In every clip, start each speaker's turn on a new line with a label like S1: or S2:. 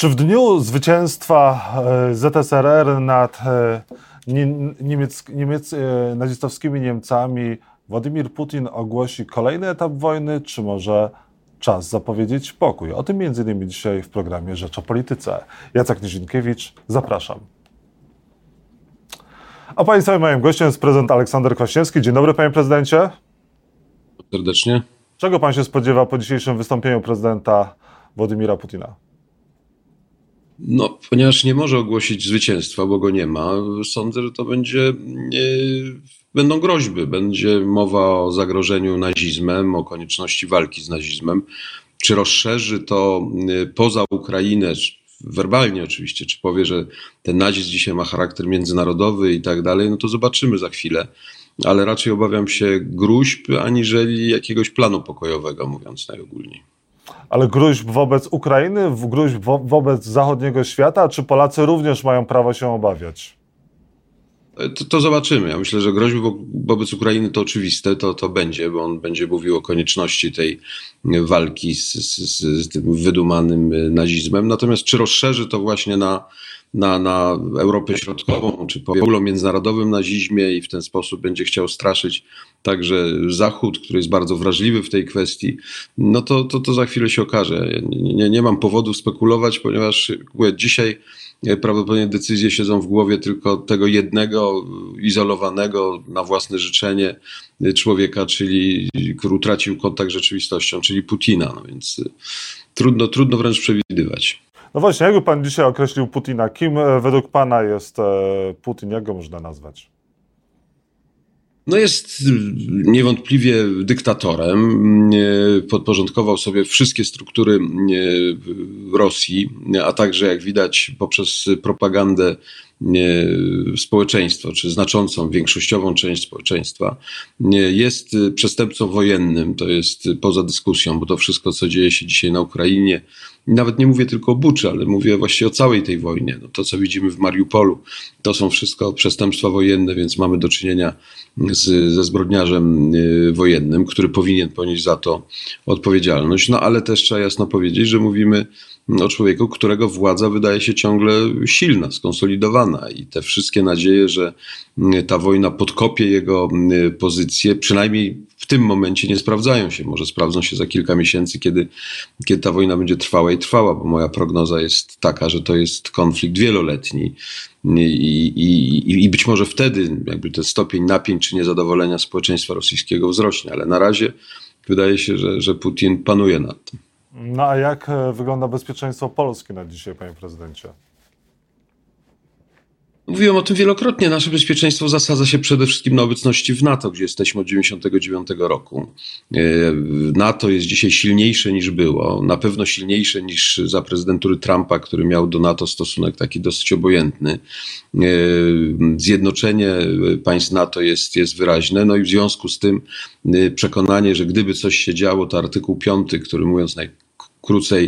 S1: Czy w dniu zwycięstwa ZSRR nad nazistowskimi Niemcami Władimir Putin ogłosi kolejny etap wojny, czy może czas zapowiedzieć pokój? O tym m.in. dzisiaj w programie Rzecz o Polityce. Jacek Nizinkiewicz, zapraszam. A Państwa moim gościem jest prezydent Aleksander Kwaśniewski. Dzień dobry, panie prezydencie.
S2: Serdecznie.
S1: Czego pan się spodziewa po dzisiejszym wystąpieniu prezydenta Władimira Putina?
S2: No, ponieważ nie może ogłosić zwycięstwa, bo go nie ma, sądzę, że to będą groźby. Będzie mowa o zagrożeniu nazizmem, o konieczności walki z nazizmem. Czy rozszerzy to poza Ukrainę, werbalnie oczywiście, czy powie, że ten nazizm dzisiaj ma charakter międzynarodowy i tak dalej, no to zobaczymy za chwilę. Ale raczej obawiam się gróźb, aniżeli jakiegoś planu pokojowego, mówiąc najogólniej.
S1: Ale gróźb wobec Ukrainy, gróźb wobec zachodniego świata, czy Polacy również mają prawo się obawiać?
S2: To zobaczymy. Ja myślę, że groźby wobec Ukrainy to oczywiste, to będzie, bo on będzie mówił o konieczności tej walki z tym wydumanym nazizmem. Natomiast czy rozszerzy to właśnie na Europę Środkową, czy powie o międzynarodowym nazizmie i w ten sposób będzie chciał straszyć także Zachód, który jest bardzo wrażliwy w tej kwestii, no to za chwilę się okaże. Nie mam powodów spekulować, ponieważ dzisiaj prawdopodobnie decyzje siedzą w głowie tylko tego jednego, izolowanego na własne życzenie człowieka, który utracił kontakt z rzeczywistością, czyli Putina. No więc trudno wręcz przewidywać.
S1: No właśnie, jakby pan dzisiaj określił Putina? Kim według pana jest Putin? Jak go można nazwać?
S2: No jest niewątpliwie dyktatorem. Podporządkował sobie wszystkie struktury Rosji, a także jak widać poprzez propagandę społeczeństwa, czy znaczącą, większościową część społeczeństwa, jest przestępcą wojennym, to jest poza dyskusją, bo to wszystko, co dzieje się dzisiaj na Ukrainie, nawet nie mówię tylko o Buczy, ale mówię właściwie o całej tej wojnie. No to, co widzimy w Mariupolu, to są wszystko przestępstwa wojenne, więc mamy do czynienia ze zbrodniarzem wojennym, który powinien ponieść za to odpowiedzialność. No ale też trzeba jasno powiedzieć, że mówimy o człowieku, którego władza wydaje się ciągle silna, skonsolidowana i te wszystkie nadzieje, że ta wojna podkopie jego pozycję, przynajmniej w tym momencie nie sprawdzają się. Może sprawdzą się za kilka miesięcy, kiedy ta wojna będzie trwała i trwała, bo moja prognoza jest taka, że to jest konflikt wieloletni i być może wtedy jakby ten stopień napięć czy niezadowolenia społeczeństwa rosyjskiego wzrośnie, ale na razie wydaje się, że Putin panuje nad tym.
S1: No a jak wygląda bezpieczeństwo Polski na dzisiaj, panie prezydencie?
S2: Mówiłem o tym wielokrotnie. Nasze bezpieczeństwo zasadza się przede wszystkim na obecności w NATO, gdzie jesteśmy od 1999 roku. NATO jest dzisiaj silniejsze niż było, na pewno silniejsze niż za prezydentury Trumpa, który miał do NATO stosunek taki dosyć obojętny. Zjednoczenie państw NATO jest wyraźne, no i w związku z tym przekonanie, że gdyby coś się działo, to artykuł 5, który mówiąc najkrócej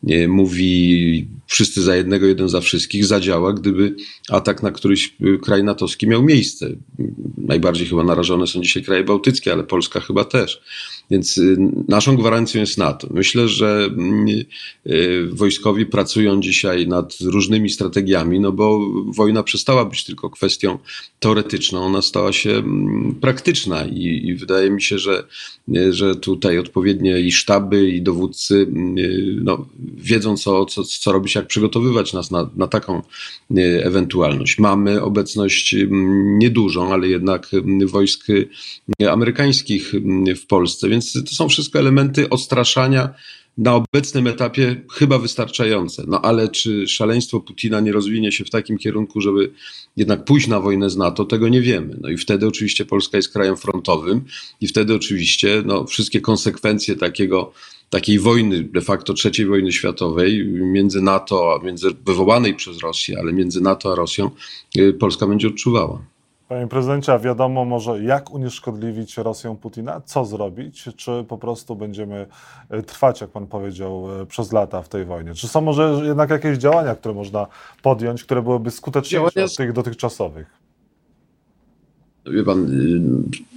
S2: mówi wszyscy za jednego, jeden za wszystkich, zadziała, gdyby atak na któryś kraj natowski miał miejsce. Najbardziej chyba narażone są dzisiaj kraje bałtyckie, ale Polska chyba też. Więc naszą gwarancją jest NATO. Myślę, że wojskowi pracują dzisiaj nad różnymi strategiami, no bo wojna przestała być tylko kwestią teoretyczną, ona stała się praktyczna i wydaje mi się, że tutaj odpowiednie i sztaby, i dowódcy wiedzą, co robić, jak przygotowywać nas na taką ewentualność. Mamy obecność niedużą, ale jednak wojsk amerykańskich w Polsce, więc to są wszystko elementy odstraszania na obecnym etapie chyba wystarczające. No ale czy szaleństwo Putina nie rozwinie się w takim kierunku, żeby jednak pójść na wojnę z NATO, tego nie wiemy. No i wtedy oczywiście Polska jest krajem frontowym i wtedy oczywiście wszystkie konsekwencje takiej wojny, de facto III wojny światowej między NATO, wywołanej przez Rosję, ale między NATO a Rosją, Polska będzie odczuwała.
S1: Panie prezydencie, a wiadomo może jak unieszkodliwić Rosję Putina? Co zrobić? Czy po prostu będziemy trwać, jak pan powiedział, przez lata w tej wojnie? Czy są może jednak jakieś działania, które można podjąć, które byłyby skuteczniejsze od tych dotychczasowych?
S2: Wie pan,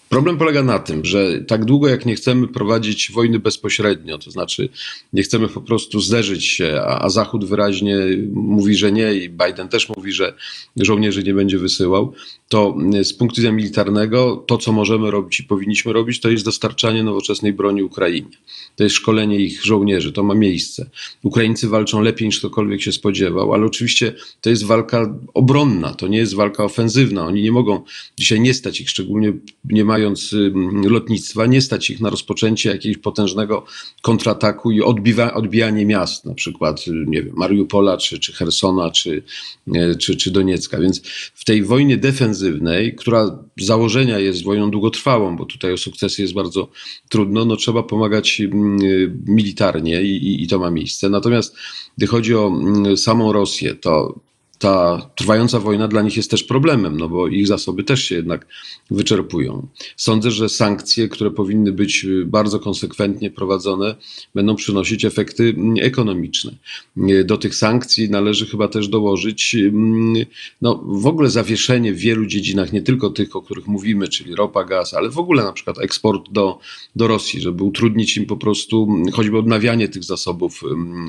S2: Problem polega na tym, że tak długo jak nie chcemy prowadzić wojny bezpośrednio, to znaczy nie chcemy po prostu zderzyć się, a Zachód wyraźnie mówi, że nie i Biden też mówi, że żołnierzy nie będzie wysyłał, to z punktu widzenia militarnego to, co możemy robić i powinniśmy robić, to jest dostarczanie nowoczesnej broni Ukrainie. To jest szkolenie ich żołnierzy, to ma miejsce. Ukraińcy walczą lepiej niż ktokolwiek się spodziewał, ale oczywiście to jest walka obronna, to nie jest walka ofensywna. Oni nie mogą, dzisiaj nie stać ich, szczególnie nie mając lotnictwa, nie stać ich na rozpoczęcie jakiegoś potężnego kontrataku i odbijanie miast, na przykład, nie wiem, Mariupola, czy Chersona, czy Doniecka. Więc w tej wojnie defensywnej, która z założenia jest wojną długotrwałą, bo tutaj o sukcesy jest bardzo trudno, no trzeba pomagać militarnie i to ma miejsce. Natomiast gdy chodzi o samą Rosję, to ta trwająca wojna dla nich jest też problemem, no bo ich zasoby też się jednak wyczerpują. Sądzę, że sankcje, które powinny być bardzo konsekwentnie prowadzone, będą przynosić efekty ekonomiczne. Do tych sankcji należy chyba też dołożyć no, w ogóle zawieszenie w wielu dziedzinach, nie tylko tych, o których mówimy, czyli ropa, gaz, ale w ogóle na przykład eksport do Rosji, żeby utrudnić im po prostu choćby odnawianie tych zasobów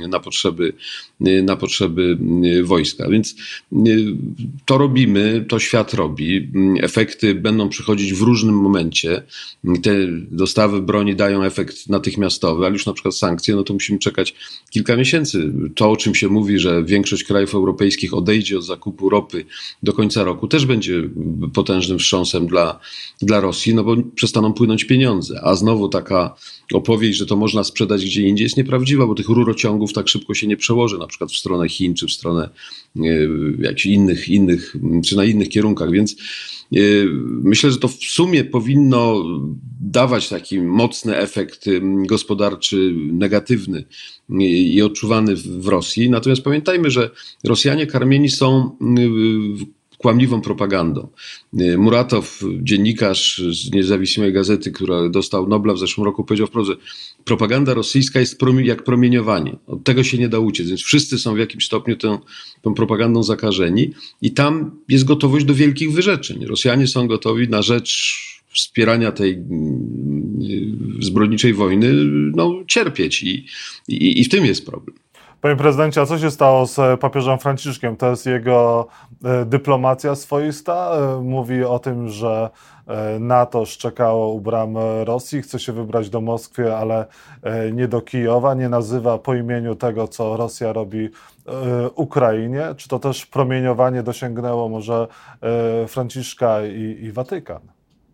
S2: na potrzeby wojska. Więc to robimy, to świat robi. Efekty będą przychodzić w różnym momencie. Te dostawy broni dają efekt natychmiastowy, ale już na przykład sankcje, no to musimy czekać kilka miesięcy. To, o czym się mówi, że większość krajów europejskich odejdzie od zakupu ropy do końca roku, też będzie potężnym wstrząsem dla Rosji, no bo przestaną płynąć pieniądze. A znowu taka opowieść, że to można sprzedać gdzie indziej, jest nieprawdziwa, bo tych rurociągów tak szybko się nie przełoży, na przykład w stronę Chin, czy w stronę jakichś innych, czy na innych kierunkach, więc myślę, że to w sumie powinno dawać taki mocny efekt gospodarczy negatywny i odczuwany w Rosji. Natomiast pamiętajmy, że Rosjanie karmieni są kłamliwą propagandą. Muratow, dziennikarz z niezawisłej gazety, która dostał Nobla w zeszłym roku, powiedział wprost, że propaganda rosyjska jest jak promieniowanie. Od tego się nie da uciec, więc wszyscy są w jakimś stopniu tą propagandą zakażeni i tam jest gotowość do wielkich wyrzeczeń. Rosjanie są gotowi na rzecz wspierania tej zbrodniczej wojny cierpieć i w tym jest problem.
S1: Panie prezydencie, a co się stało z papieżem Franciszkiem? To jest jego dyplomacja swoista? Mówi o tym, że NATO szczekało u bram Rosji, chce się wybrać do Moskwy, ale nie do Kijowa, nie nazywa po imieniu tego, co Rosja robi Ukrainie. Czy to też promieniowanie dosięgnęło może Franciszka i Watykan?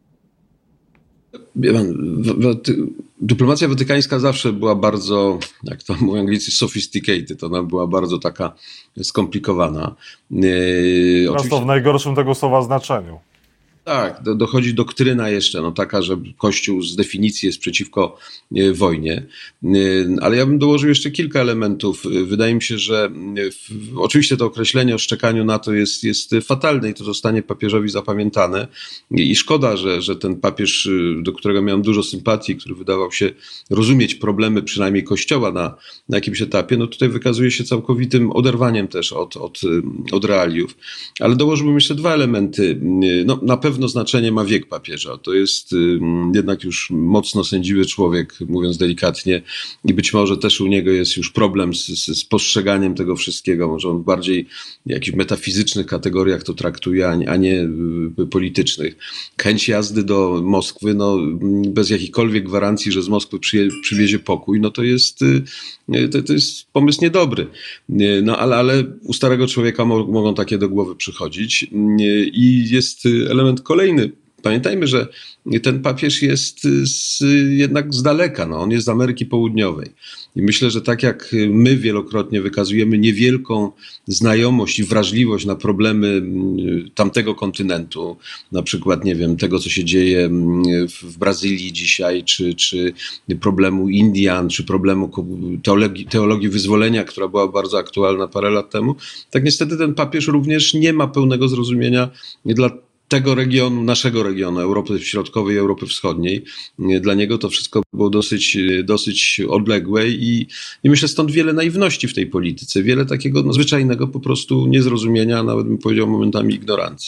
S2: Dyplomacja watykańska zawsze była bardzo, jak to mówią Anglicy, sophisticated. Ona była bardzo taka skomplikowana.
S1: Oczywiście w najgorszym tego słowa znaczeniu.
S2: Tak, dochodzi doktryna jeszcze, taka, że Kościół z definicji jest przeciwko wojnie, ale ja bym dołożył jeszcze kilka elementów. Wydaje mi się, że oczywiście to określenie o szczekaniu NATO jest fatalne i to zostanie papieżowi zapamiętane i szkoda, że ten papież, do którego miałem dużo sympatii, który wydawał się rozumieć problemy przynajmniej Kościoła na jakimś etapie, no tutaj wykazuje się całkowitym oderwaniem też od realiów, ale dołożyłbym jeszcze dwa elementy. No, na pewno znaczenie ma wiek papieża. To jest jednak już mocno sędziwy człowiek, mówiąc delikatnie, i być może też u niego jest już problem z postrzeganiem tego wszystkiego. Może on w bardziej jakichś metafizycznych kategoriach to traktuje, a nie politycznych. Chęć jazdy do Moskwy, bez jakichkolwiek gwarancji, że z Moskwy przywiezie pokój, to jest pomysł niedobry. Ale u starego człowieka mogą takie do głowy przychodzić. I jest element kolejny. Pamiętajmy, że ten papież jest jednak z daleka, on jest z Ameryki Południowej. I myślę, że tak jak my wielokrotnie wykazujemy niewielką znajomość i wrażliwość na problemy tamtego kontynentu, na przykład, nie wiem, tego, co się dzieje w Brazylii dzisiaj, czy problemu Indian, czy problemu teologii wyzwolenia, która była bardzo aktualna parę lat temu, tak niestety ten papież również nie ma pełnego zrozumienia dla tego regionu, naszego regionu, Europy Środkowej i Europy Wschodniej. Dla niego to wszystko było dosyć odległe i myślę stąd wiele naiwności w tej polityce, wiele takiego zwyczajnego po prostu niezrozumienia, nawet bym powiedział momentami ignorancji.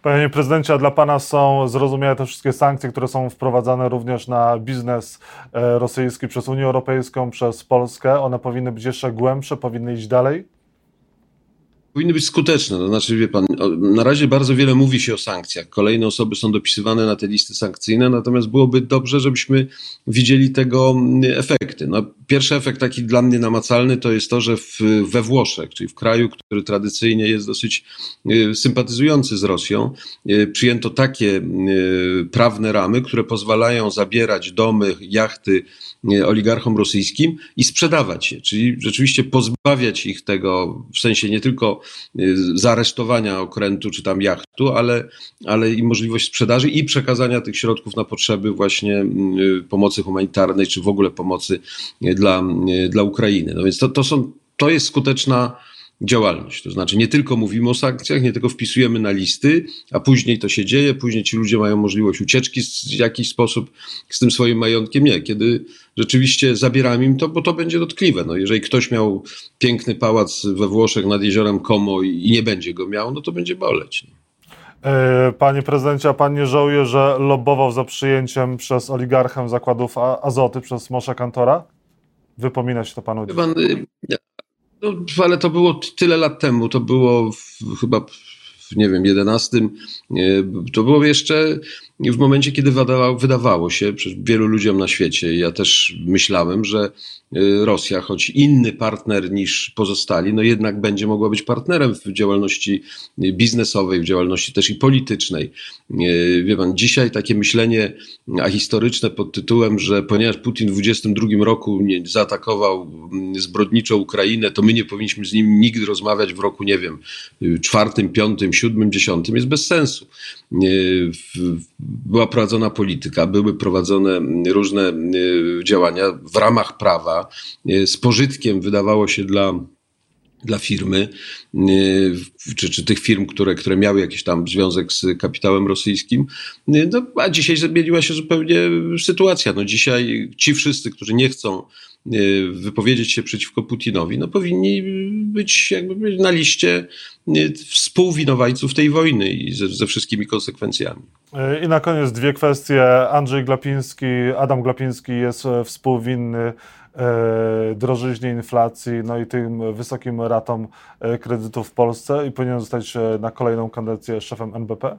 S1: Panie prezydencie, a dla pana są zrozumiałe te wszystkie sankcje, które są wprowadzane również na biznes rosyjski przez Unię Europejską, przez Polskę? One powinny być jeszcze głębsze, powinny iść dalej?
S2: Powinny być skuteczne. To znaczy, wie pan, na razie bardzo wiele mówi się o sankcjach. Kolejne osoby są dopisywane na te listy sankcyjne, natomiast byłoby dobrze, żebyśmy widzieli tego efekty. No, pierwszy efekt taki dla mnie namacalny to jest to, że we Włoszech, czyli w kraju, który tradycyjnie jest dosyć sympatyzujący z Rosją, przyjęto takie prawne ramy, które pozwalają zabierać domy, jachty oligarchom rosyjskim i sprzedawać je. Czyli rzeczywiście pozbawiać ich tego, w sensie nie tylko zaaresztowania okrętu czy tam jachtu, ale i możliwość sprzedaży i przekazania tych środków na potrzeby właśnie pomocy humanitarnej czy w ogóle pomocy dla Ukrainy. No więc to jest skuteczna działalność. To znaczy nie tylko mówimy o sankcjach, nie tylko wpisujemy na listy, a później to się dzieje, później ci ludzie mają możliwość ucieczki w jakiś sposób z tym swoim majątkiem. Nie, kiedy rzeczywiście zabieramy im to, bo to będzie dotkliwe. No, jeżeli ktoś miał piękny pałac we Włoszech nad jeziorem Como i nie będzie go miał, no to będzie boleć.
S1: Panie prezydencie, a pan nie żałuje, że lobbował za przyjęciem przez oligarchę zakładów Azoty, przez Moshe Kantora? Wypomina się to panu?
S2: No, ale to było tyle lat temu, to było chyba nie wiem, 11. To było jeszcze w momencie, kiedy wydawało się przecież wielu ludziom na świecie, ja też myślałem, że Rosja, choć inny partner niż pozostali, no jednak będzie mogła być partnerem w działalności biznesowej, w działalności też i politycznej. Wie pan, dzisiaj takie myślenie ahistoryczne pod tytułem, że ponieważ Putin w 22 roku zaatakował zbrodniczo Ukrainę, to my nie powinniśmy z nim nigdy rozmawiać w roku, nie wiem, 4., 5., 7., 10. jest bez sensu. Była prowadzona polityka, były prowadzone różne działania w ramach prawa, z pożytkiem wydawało się dla firmy, czy tych firm, które miały jakiś tam związek z kapitałem rosyjskim. No, a dzisiaj zmieniła się zupełnie sytuacja. No, dzisiaj ci wszyscy, którzy nie chcą wypowiedzieć się przeciwko Putinowi, no powinni być jakby na liście współwinowajców tej wojny i ze wszystkimi konsekwencjami.
S1: I na koniec dwie kwestie. Adam Glapiński jest współwinny drożyźnie, inflacji, no i tym wysokim ratom kredytów w Polsce i powinien zostać na kolejną kadencję szefem NBP?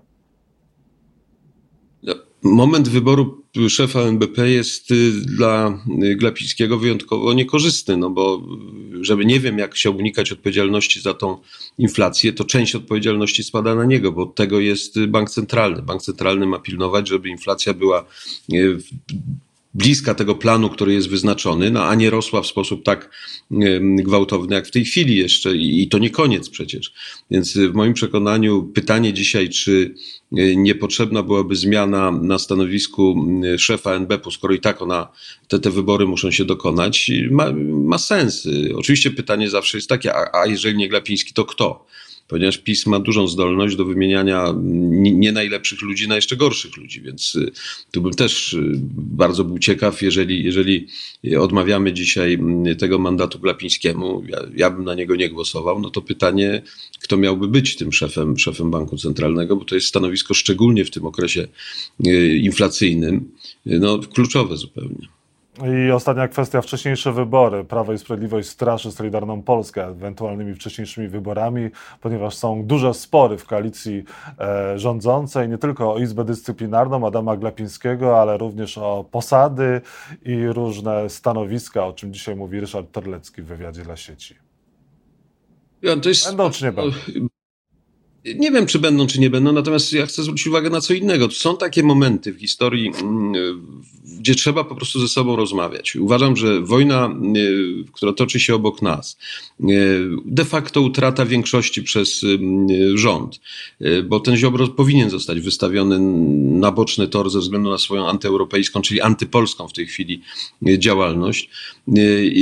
S2: Moment wyboru szefa NBP jest dla Glapińskiego wyjątkowo niekorzystny, no bo żeby nie wiem jak się unikać odpowiedzialności za tą inflację, to część odpowiedzialności spada na niego, bo od tego jest bank centralny. Bank centralny ma pilnować, żeby inflacja była bliska tego planu, który jest wyznaczony, no a nie rosła w sposób tak gwałtowny jak w tej chwili jeszcze i to nie koniec przecież. Więc w moim przekonaniu pytanie dzisiaj, czy niepotrzebna byłaby zmiana na stanowisku szefa NBP-u, skoro i tak te wybory muszą się dokonać, ma sens. Oczywiście pytanie zawsze jest takie, a jeżeli nie Glapiński, to kto? Ponieważ PiS ma dużą zdolność do wymieniania nie najlepszych ludzi na jeszcze gorszych ludzi, więc tu bym też bardzo był ciekaw, jeżeli odmawiamy dzisiaj tego mandatu Glapińskiemu, ja bym na niego nie głosował, no to pytanie, kto miałby być tym szefem Banku Centralnego, bo to jest stanowisko szczególnie w tym okresie inflacyjnym, no kluczowe zupełnie.
S1: I ostatnia kwestia, wcześniejsze wybory. Prawo i Sprawiedliwość straszy Solidarną Polskę ewentualnymi wcześniejszymi wyborami, ponieważ są duże spory w koalicji rządzącej, nie tylko o Izbę Dyscyplinarną Adama Glapińskiego, ale również o posady i różne stanowiska, o czym dzisiaj mówi Ryszard Terlecki w wywiadzie dla sieci. Będą czy nie będą?
S2: Nie wiem, czy będą, czy nie będą, natomiast ja chcę zwrócić uwagę na co innego. Są takie momenty w historii, gdzie trzeba po prostu ze sobą rozmawiać. Uważam, że wojna, która toczy się obok nas, de facto utrata większości przez rząd, bo ten Ziobro powinien zostać wystawiony na boczny tor ze względu na swoją antyeuropejską, czyli antypolską w tej chwili działalność,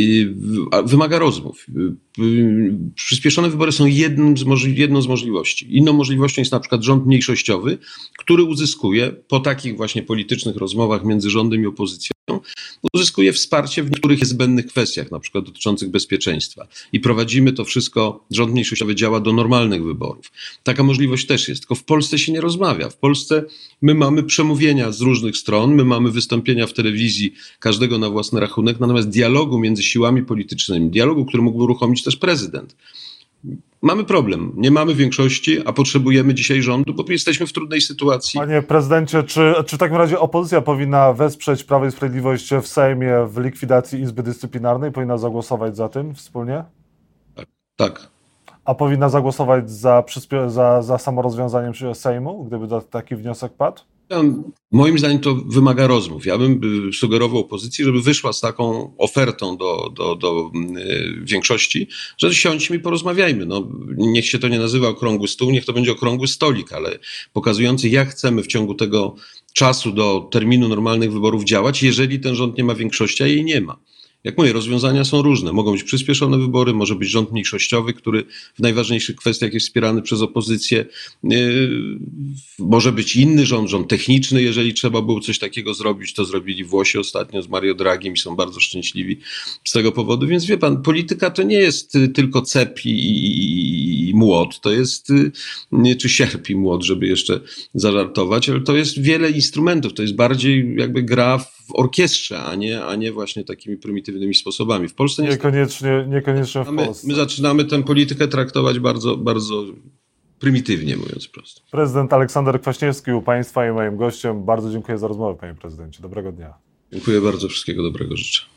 S2: wymaga rozmów. Przyspieszone wybory są jedną z możliwości. Inną możliwością jest na przykład rząd mniejszościowy, który uzyskuje po takich właśnie politycznych rozmowach między rządem i opozycją, uzyskuje wsparcie w niektórych niezbędnych kwestiach, na przykład dotyczących bezpieczeństwa. I prowadzimy to wszystko, rząd mniejszościowy działa do normalnych wyborów. Taka możliwość też jest, tylko w Polsce się nie rozmawia. W Polsce my mamy przemówienia z różnych stron, my mamy wystąpienia w telewizji, każdego na własny rachunek, natomiast dialogu między siłami politycznymi, dialogu, który mógłby uruchomić też prezydent. Mamy problem, nie mamy większości, a potrzebujemy dzisiaj rządu, bo jesteśmy w trudnej sytuacji.
S1: Panie prezydencie, czy w takim razie opozycja powinna wesprzeć Prawo i Sprawiedliwość w Sejmie w likwidacji Izby Dyscyplinarnej? Powinna zagłosować za tym wspólnie?
S2: Tak.
S1: A powinna zagłosować za samorozwiązaniem Sejmu, gdyby taki wniosek padł?
S2: Moim zdaniem to wymaga rozmów. Ja bym sugerował opozycji, żeby wyszła z taką ofertą do większości, że siądźmy i porozmawiajmy. No, niech się to nie nazywa okrągły stół, niech to będzie okrągły stolik, ale pokazujący, jak chcemy w ciągu tego czasu do terminu normalnych wyborów działać, jeżeli ten rząd nie ma większości, a jej nie ma. Jak mówię, rozwiązania są różne. Mogą być przyspieszone wybory, może być rząd mniejszościowy, który w najważniejszych kwestiach jest wspierany przez opozycję. Może być inny rząd techniczny, jeżeli trzeba było coś takiego zrobić. To zrobili Włosi ostatnio z Mario Dragim i są bardzo szczęśliwi z tego powodu. Więc wie pan, polityka to nie jest tylko cep i młot. To jest, czy sierp i młot, żeby jeszcze zażartować, ale to jest wiele instrumentów. To jest bardziej jakby gra w orkiestrze, a nie właśnie takimi prymitywnymi sposobami. W Polsce
S1: Niekoniecznie w Polsce.
S2: My zaczynamy tę politykę traktować bardzo, bardzo prymitywnie, mówiąc prosto.
S1: Prezydent Aleksander Kwaśniewski u Państwa i moim gościem. Bardzo dziękuję za rozmowę, panie prezydencie. Dobrego dnia.
S2: Dziękuję bardzo, wszystkiego dobrego życzę.